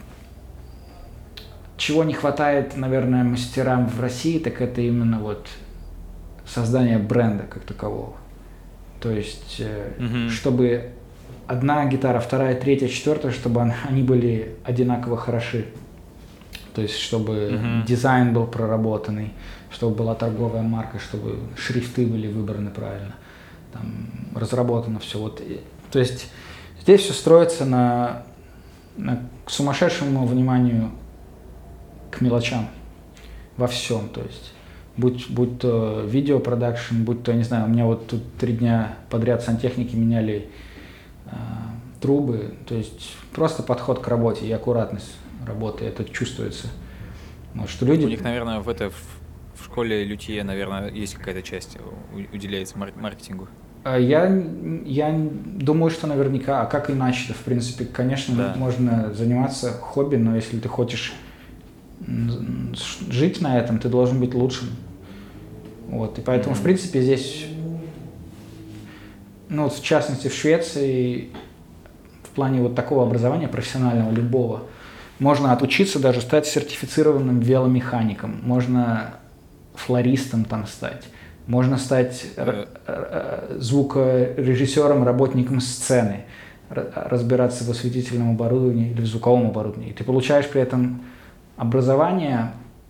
S2: чего не хватает, наверное, мастерам в России, так это именно вот создание бренда как такового. То есть, mm-hmm. чтобы одна гитара, вторая, третья, четвертая, чтобы они были одинаково хороши. То есть, чтобы mm-hmm. дизайн был проработанный, чтобы была торговая марка, чтобы шрифты были выбраны правильно, там, разработано все. Вот. То есть, здесь все строится на, на сумасшедшему вниманию к мелочам во всем. То есть, будь, будь то видеопродакшн, будь то, я не знаю, у меня вот тут три дня подряд сантехники меняли э, трубы. То есть, просто подход к работе и аккуратность работы, это чувствуется. Вот, что люди...
S1: У них, наверное, в, это, в, в школе лютье, наверное, есть какая-то часть, уделяется маркетингу.
S2: Я, я думаю, что наверняка, а как иначе-то, в принципе, конечно, да. можно заниматься хобби, но если ты хочешь жить на этом, ты должен быть лучшим. Вот, и поэтому, mm-hmm. в принципе, здесь, ну, в частности, в Швеции, в плане вот такого образования профессионального, любого, можно отучиться даже стать сертифицированным веломехаником, можно флористом там стать, можно стать р- р- звукорежиссером, работником сцены, р- разбираться в осветительном оборудовании или в звуковом оборудовании. И ты получаешь при этом образование,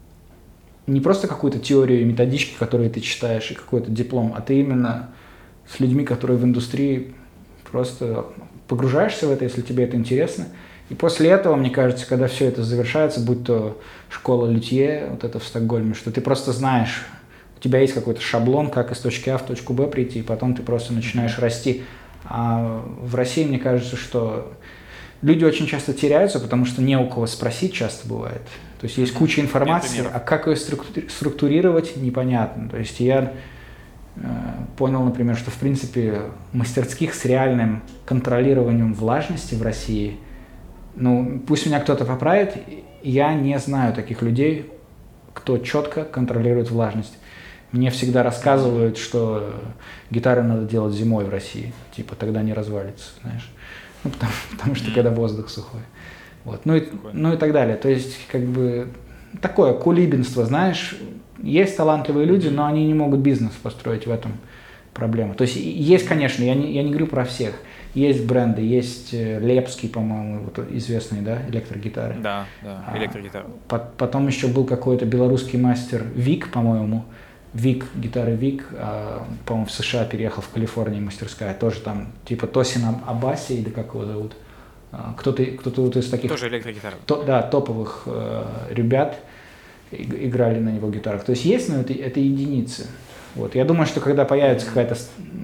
S2: не просто какую-то теорию и методички, которые ты читаешь, и какой-то диплом, а ты именно с людьми, которые в индустрии, просто погружаешься в это, если тебе это интересно. И после этого, мне кажется, когда все это завершается, будь то школа лютье, вот это в Стокгольме, что ты просто знаешь, у тебя есть какой-то шаблон, как из точки А в точку Б прийти, и потом ты просто начинаешь расти. А в России, мне кажется, что люди очень часто теряются, потому что не у кого спросить часто бывает. То есть есть куча информации, а как ее структурировать, непонятно. То есть я э, понял, например, что в принципе мастерских с реальным контролированием влажности в России, ну, пусть меня кто-то поправит, я не знаю таких людей, кто четко контролирует влажность. Мне всегда рассказывают, что гитары надо делать зимой в России, типа тогда не развалится, знаешь. Ну, потому, потому что когда воздух сухой. Вот. Ну, и, ну и так далее. То есть, как бы, такое кулибинство, знаешь, есть талантливые люди, но они не могут бизнес построить, в этом проблема. То есть, есть, конечно, я не, я не говорю про всех. Есть бренды, есть Лепский, по-моему, вот известные, да, электрогитары.
S1: Да, да, электрогитары.
S2: А, потом еще был какой-то белорусский мастер Вик, по-моему, Вик, гитары Вик, а, по-моему, в США переехал, в Калифорнии мастерская, тоже там, типа Тосин Абаси, или как его зовут, а, кто-то, кто-то вот из таких...
S1: Тоже электрогитары.
S2: То, да, топовых э, ребят играли на него гитарах. То есть есть, но это, это единицы. Вот. Я думаю, что когда появится какая-то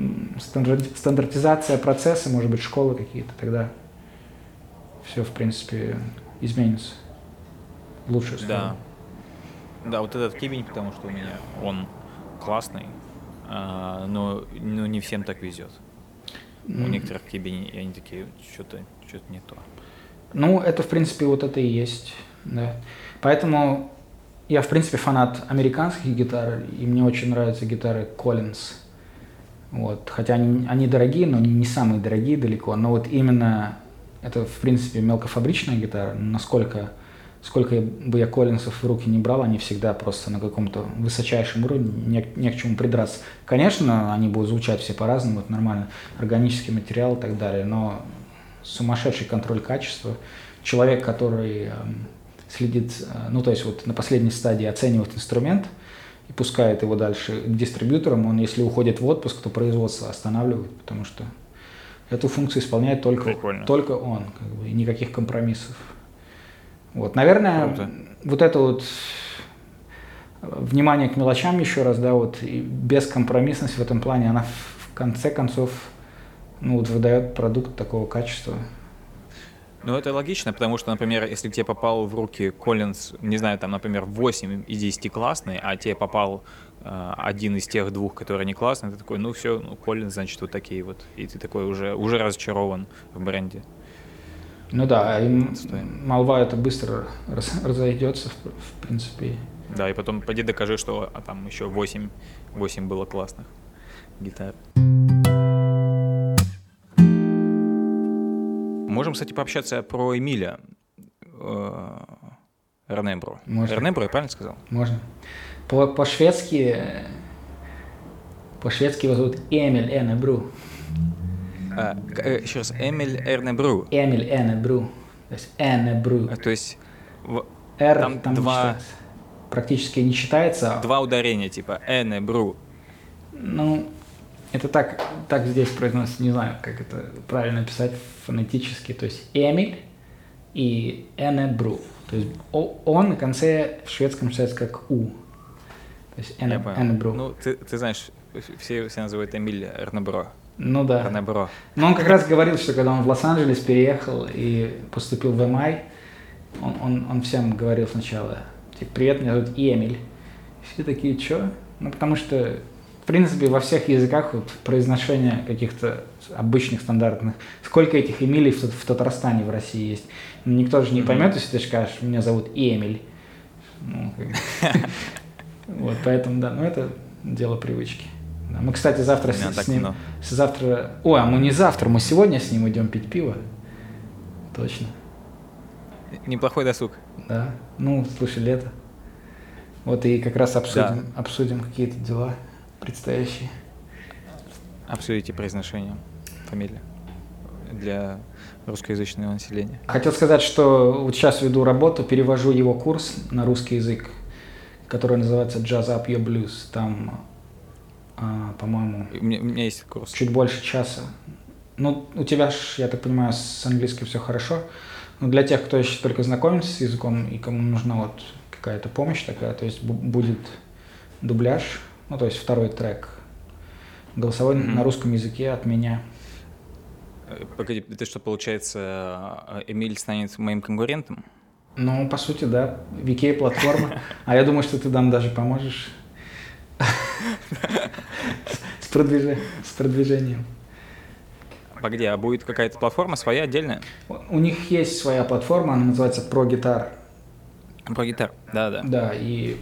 S2: стандартизация процесса, может быть, школы какие-то, тогда все, в принципе, изменится в лучшую сторону.
S1: Да. Да, вот этот кибень, потому что у меня он классный, а, но, но не всем так везет. Mm. У некоторых кибень, и они такие, что-то, что-то не то.
S2: Ну, это, в принципе, вот это и есть. Да. Поэтому я, в принципе, фанат американских гитар, и мне очень нравятся гитары Collins. Вот. Хотя они, они дорогие, но не самые дорогие далеко. Но вот именно это, в принципе, мелкофабричная гитара. Насколько сколько бы я Коллинсов в руки не брал, они всегда просто на каком-то высочайшем уровне, не, не к чему придраться. Конечно, они будут звучать все по-разному, это нормально, органический материал и так далее, но сумасшедший контроль качества. Человек, который э, следит, э, ну то есть вот на последней стадии оценивает инструмент и пускает его дальше к дистрибьюторам, он если уходит в отпуск, то производство останавливает, потому что эту функцию исполняет только, только он, как бы, и никаких компромиссов. Вот, наверное, Круто. Вот это вот внимание к мелочам еще раз, да, вот, и бескомпромиссность в этом плане, она в конце концов, ну, вот, выдает продукт такого качества.
S1: Ну, это логично, потому что, например, если тебе попал в руки Коллинз, не знаю, там, например, восемь из десяти классный, а тебе попал э, один из тех двух, который не классный, ты такой, ну все, ну, Коллинз, значит, вот такие вот. И ты такой уже, уже разочарован в бренде.
S2: Ну да, и молва это быстро раз, разойдется, в, в принципе.
S1: Да, и потом пойди докажи, что а там еще восемь, восемь было классных гитар. Можем, кстати, пообщаться про Эмиля Эрнебро. Эрнебро, я правильно сказал?
S2: Можно. По- по-шведски по-шведски его зовут Эмиль Эрнебро.
S1: А, еще раз, Эмиль Эрнебро.
S2: Эмиль Эрнебро. То есть Эрнебро.
S1: А, то есть в...
S2: R
S1: там,
S2: там
S1: два...
S2: практически не читается.
S1: Два ударения, типа Эрнебро.
S2: Ну, это так, так здесь произносится, не знаю, как это правильно писать фонетически. То есть Эмиль и Эрнебро. То есть он на конце в шведском читается как У. То есть Эрнебро.
S1: Ну, ты, ты знаешь, все, все называют Эмиль Эрнебро.
S2: Ну да.
S1: Эрнебро.
S2: Но он как раз говорил, что когда он в Лос-Анджелес переехал и поступил в эм ай, он, он, он всем говорил сначала, типа, привет, меня зовут Эмиль. Все такие, чё? Ну, потому что, в принципе, во всех языках вот, произношение каких-то обычных, стандартных. Сколько этих Эмилей в, в Татарстане, в России есть? Ну, никто же не поймет, если ты скажешь, меня зовут Эмиль. Ну, вот, поэтому, да, ну, это дело привычки. Мы, кстати, завтра с, с ним... Завтра... Ой, а мы не завтра, мы сегодня с ним идем пить пиво. Точно.
S1: Неплохой досуг.
S2: Да. Ну, слушай, лето. Вот и как раз обсудим, да. обсудим какие-то дела предстоящие.
S1: Обсудите произношение фамилии для русскоязычного населения.
S2: Хотел сказать, что вот сейчас веду работу, перевожу его курс на русский язык, который называется Jazz Up Your Blues. Там, а, по-моему,
S1: у меня, у меня есть курс.
S2: Чуть больше часа. Ну, у тебя ж, я так понимаю, с английским все хорошо. Но для тех, кто еще только знакомится с языком и кому нужна вот какая-то помощь такая, то есть будет дубляж, ну, то есть второй трек голосовой mm-hmm. на русском языке от меня.
S1: Погоди, это что, получается, Эмиль станет моим конкурентом?
S2: Ну, по сути, да. ви кей платформа. А я думаю, что ты нам даже поможешь с продвижением.
S1: Погоди, а будет какая-то платформа своя, отдельная?
S2: У них есть своя платформа, она называется ProGuitar.
S1: ProGuitar, да-да.
S2: Да, и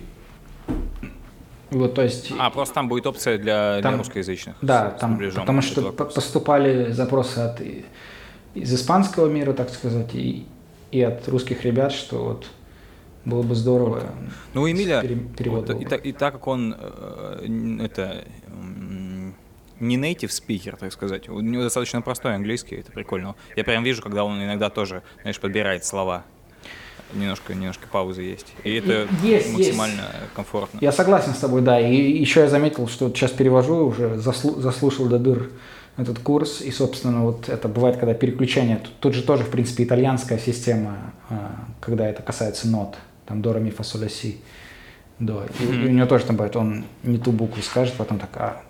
S2: вот, то есть...
S1: А, просто там будет опция для,
S2: там,
S1: для русскоязычных.
S2: Да,
S1: с,
S2: там,
S1: с
S2: потому что поступали запросы от, из испанского мира, так сказать, и, и от русских ребят, что вот было бы здорово.
S1: Ну, у Эмиля,
S2: перевод
S1: вот, и, так, и так как он э, это, не native speaker, так сказать, у него достаточно простой английский, это прикольно. Я прям вижу, когда он иногда тоже, знаешь, подбирает слова. Немножко, немножко паузы есть. И это
S2: есть,
S1: максимально
S2: есть.
S1: комфортно.
S2: Я согласен с тобой, да. И еще я заметил, что вот сейчас перевожу, уже заслу, заслушал до дыр этот курс. И, собственно, вот это бывает, когда переключение. Тут, тут же тоже, в принципе, итальянская система, когда это касается нот. Там до, ре, ми, фа, соль, ля, си, до. И, mm-hmm. и у него тоже там бывает, он не ту букву скажет, потом так, а.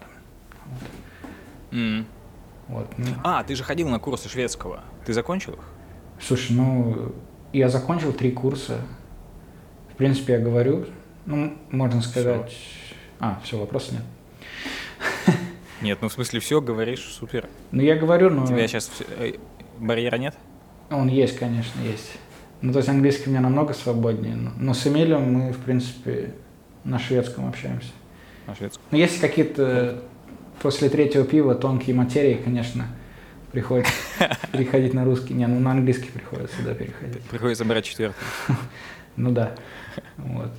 S2: Вот.
S1: Mm-hmm.
S2: Вот, ну.
S1: А, ты же ходил на курсы шведского. Ты закончил их?
S2: Слушай, ну... Я закончил три курса. В принципе, я говорю, ну, можно сказать... Все. А, все, вопросов нет.
S1: Нет, ну в смысле все, говоришь, супер.
S2: Ну, я говорю, но...
S1: У тебя сейчас барьера нет?
S2: Он есть, конечно, есть. Ну, то есть английский у меня намного свободнее. Но с Эмилем мы, в принципе, на шведском общаемся.
S1: На шведском.
S2: Но есть какие-то после третьего пива тонкие материи, конечно... Приходится переходить на русский. Не, ну на английский приходится, да, переходить.
S1: Приходится брать четвертый.
S2: Ну да. Вот.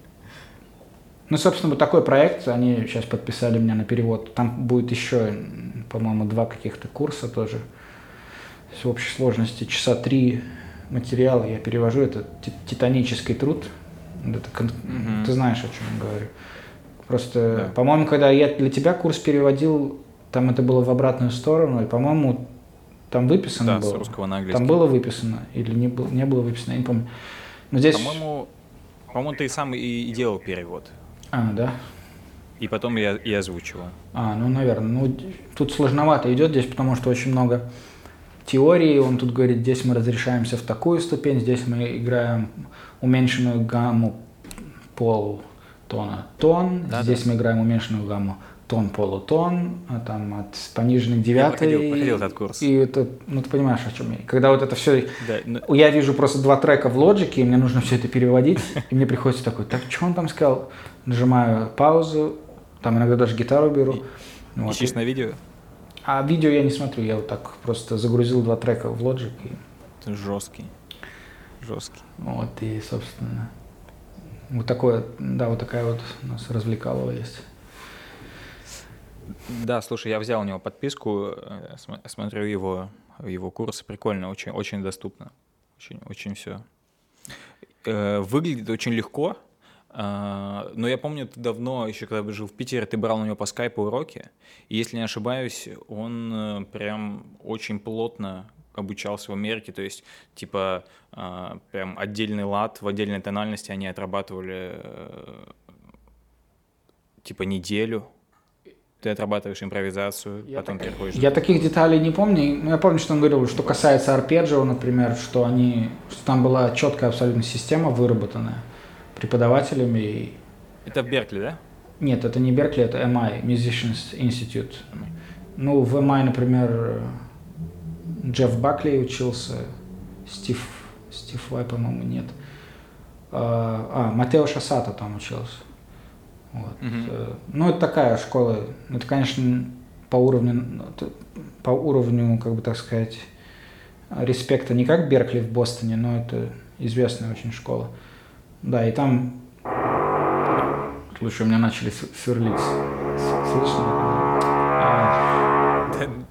S2: Ну, собственно, вот такой проект. Они сейчас подписали меня на перевод. Там будет еще, по-моему, два каких-то курса тоже. В общей сложности часа три материала я перевожу. Это титанический труд. Это, mm-hmm. Ты знаешь, о чем я говорю. Просто, да. По-моему, когда я для тебя курс переводил, там это было в обратную сторону, и, по-моему, там выписано
S1: да,
S2: было.
S1: С русского на английский.
S2: Там было выписано, или не было, не было выписано, я не помню. Но здесь...
S1: По-моему, по-моему, ты сам и делал перевод.
S2: А, да?
S1: И потом я и озвучивал.
S2: А, ну, наверное. Ну, тут сложновато идет здесь, потому что очень много теории. Он тут говорит, здесь мы разрешаемся в такую ступень, здесь мы играем уменьшенную гамму полтона тон,
S1: Да,
S2: здесь
S1: да.
S2: мы играем уменьшенную гамму тон-полутон, а там от пониженной к девятой.
S1: Я проходил, проходил этот курс.
S2: И это, ну ты понимаешь, о чем я. Когда вот это все,
S1: Да, но...
S2: я вижу просто два трека в Logic, и мне нужно все это переводить, и мне приходится такой, так, что он там сказал? Нажимаю паузу, там иногда даже гитару беру.
S1: И,
S2: вот.
S1: Ищешь на видео?
S2: А видео я не смотрю, я вот так просто загрузил два трека в Logic. И...
S1: Это жесткий, жесткий.
S2: Вот, и, собственно, вот такое, да, вот такая вот у нас развлекалова есть.
S1: Да, слушай, я взял у него подписку, смотрю его, его курсы, прикольно, очень, очень доступно, очень, очень все. Выглядит очень легко, но я помню, ты давно, еще когда жил в Питере, ты брал у него по скайпу уроки, и если не ошибаюсь, он прям очень плотно обучался в Америке, то есть типа прям отдельный лад в отдельной тональности они отрабатывали типа неделю. Ты отрабатываешь импровизацию, я потом так, переходишь...
S2: Я таких деталей не помню, но я помню, что он говорил, что касается арпеджио, например, что, они, что там была четкая абсолютно система выработанная преподавателями. И...
S1: Это в Беркли, да?
S2: Нет, это не Беркли, это эм ай, Musicians Institute. эм ай. Ну, в эм ай, например, Джефф Бакли учился, Стив, Стив Вай, по-моему, нет. А, а Матео Шасато там учился. Вот. Uh-huh. Ну, это такая школа, это, конечно, по уровню, по уровню, как бы так сказать, респекта не как Беркли в Бостоне, но это известная очень школа. Да, и там, слушай, у меня начали сверлить, слышно?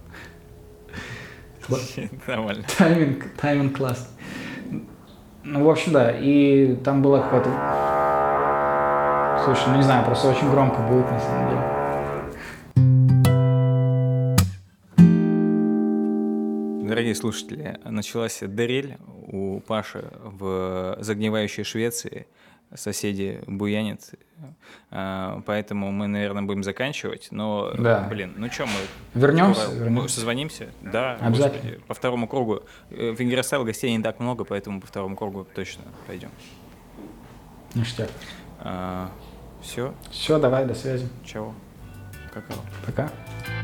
S1: Нормально.
S2: Тайминг, тайминг классный. Ну, в общем, да, и там было какое-то... Слушай, ну не знаю, просто очень громко будет на самом
S1: деле. Дорогие слушатели, началась дрель у Паши в загнивающей Швеции. Соседи буянят. Поэтому мы, наверное, будем заканчивать. Но,
S2: да.
S1: блин, ну что, мы...
S2: Вернемся?
S1: Скоро
S2: вернемся.
S1: Созвонимся? Да,
S2: обязательно.
S1: Господи, по второму кругу. В Фингерстайл гостей не так много, поэтому по второму кругу точно пойдем.
S2: Ништяк.
S1: А, все.
S2: Все, давай, до связи.
S1: Чао. Какао.
S2: Пока.